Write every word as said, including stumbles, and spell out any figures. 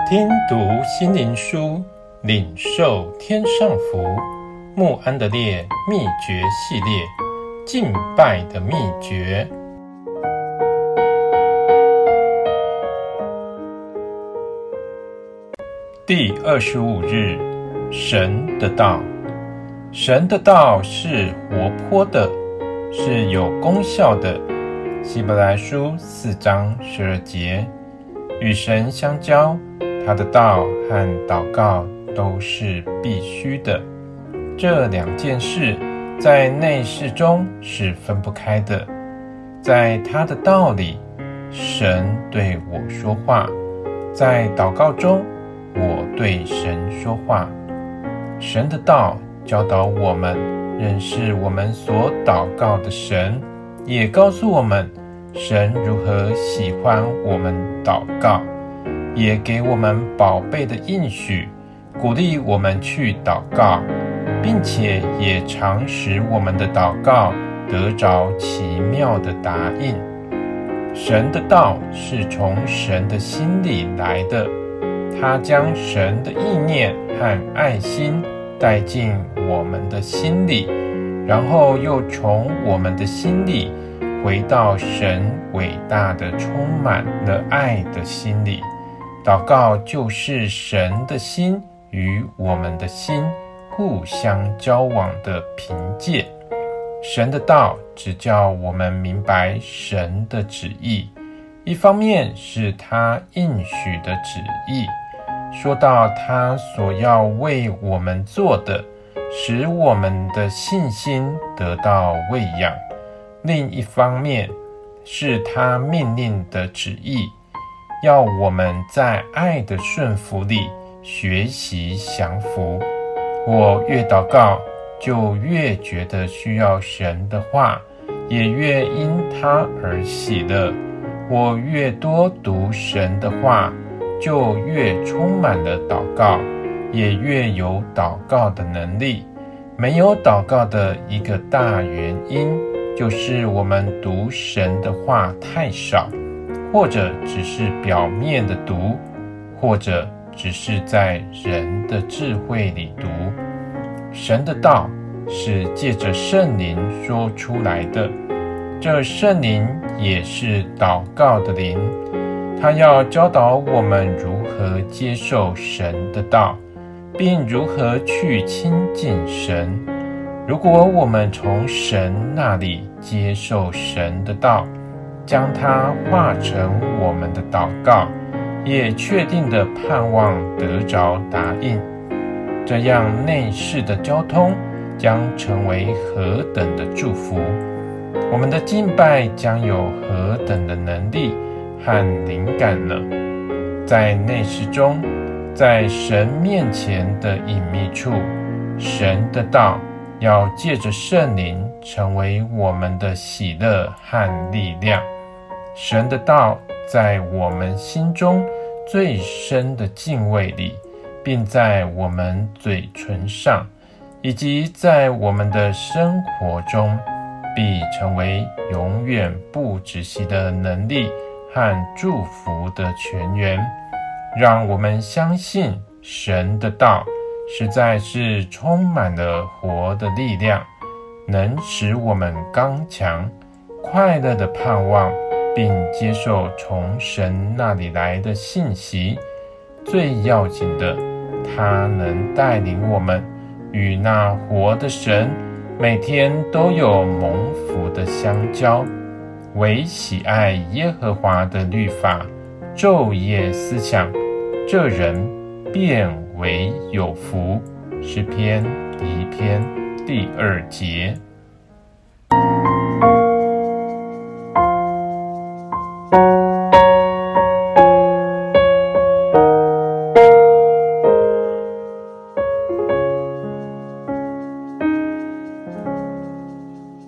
听读心灵书，领受天上福。慕安德烈秘诀系列，敬拜的秘诀。第二十五日，神的道。神的道是活泼的，是有功效的。希伯来书四章十二节，与神相交，他的道和祷告都是必须的。这两件事在内室中是分不开的。在他的道里，神对我说话；在祷告中，我对神说话。神的道教导我们认识我们所祷告的神，也告诉我们神如何喜欢我们祷告，也给我们宝贝的应许，鼓励我们去祷告，并且也常使我们的祷告得着奇妙的答应。神的道是从神的心里来的，他将神的意念和爱心带进我们的心里，然后又从我们的心里回到神伟大的充满了爱的心里。祷告就是神的心与我们的心互相交往的凭借。神的道只叫我们明白神的旨意，一方面是他应许的旨意，说到他所要为我们做的，使我们的信心得到喂养；另一方面是他命令的旨意，要我们在爱的顺服里学习降服。我越祷告，就越觉得需要神的话，也越因他而喜乐。我越多读神的话，就越充满了祷告，也越有祷告的能力。没有祷告的一个大原因，就是我们读神的话太少，或者只是表面的读，或者只是在人的智慧里读。神的道是借着圣灵说出来的，这圣灵也是祷告的灵，他要教导我们如何接受神的道，并如何去亲近神。如果我们从神那里接受神的道，将它化成我们的祷告，也确定的盼望得着答应，这样内室的交通将成为何等的祝福，我们的敬拜将有何等的能力和灵感呢？在内室中，在神面前的隐秘处，神的道要借着圣灵成为我们的喜乐和力量。神的道在我们心中最深的敬畏里，并在我们嘴唇上，以及在我们的生活中，必成为永远不止息的能力和祝福的泉源。让我们相信神的道实在是充满了活的力量，能使我们刚强，快乐的盼望，并接受从神那里来的信息。最要紧的，他能带领我们与那活的神每天都有蒙福的相交。唯喜爱耶和华的律法，昼夜思想，这人便为有福。诗篇一篇第二节。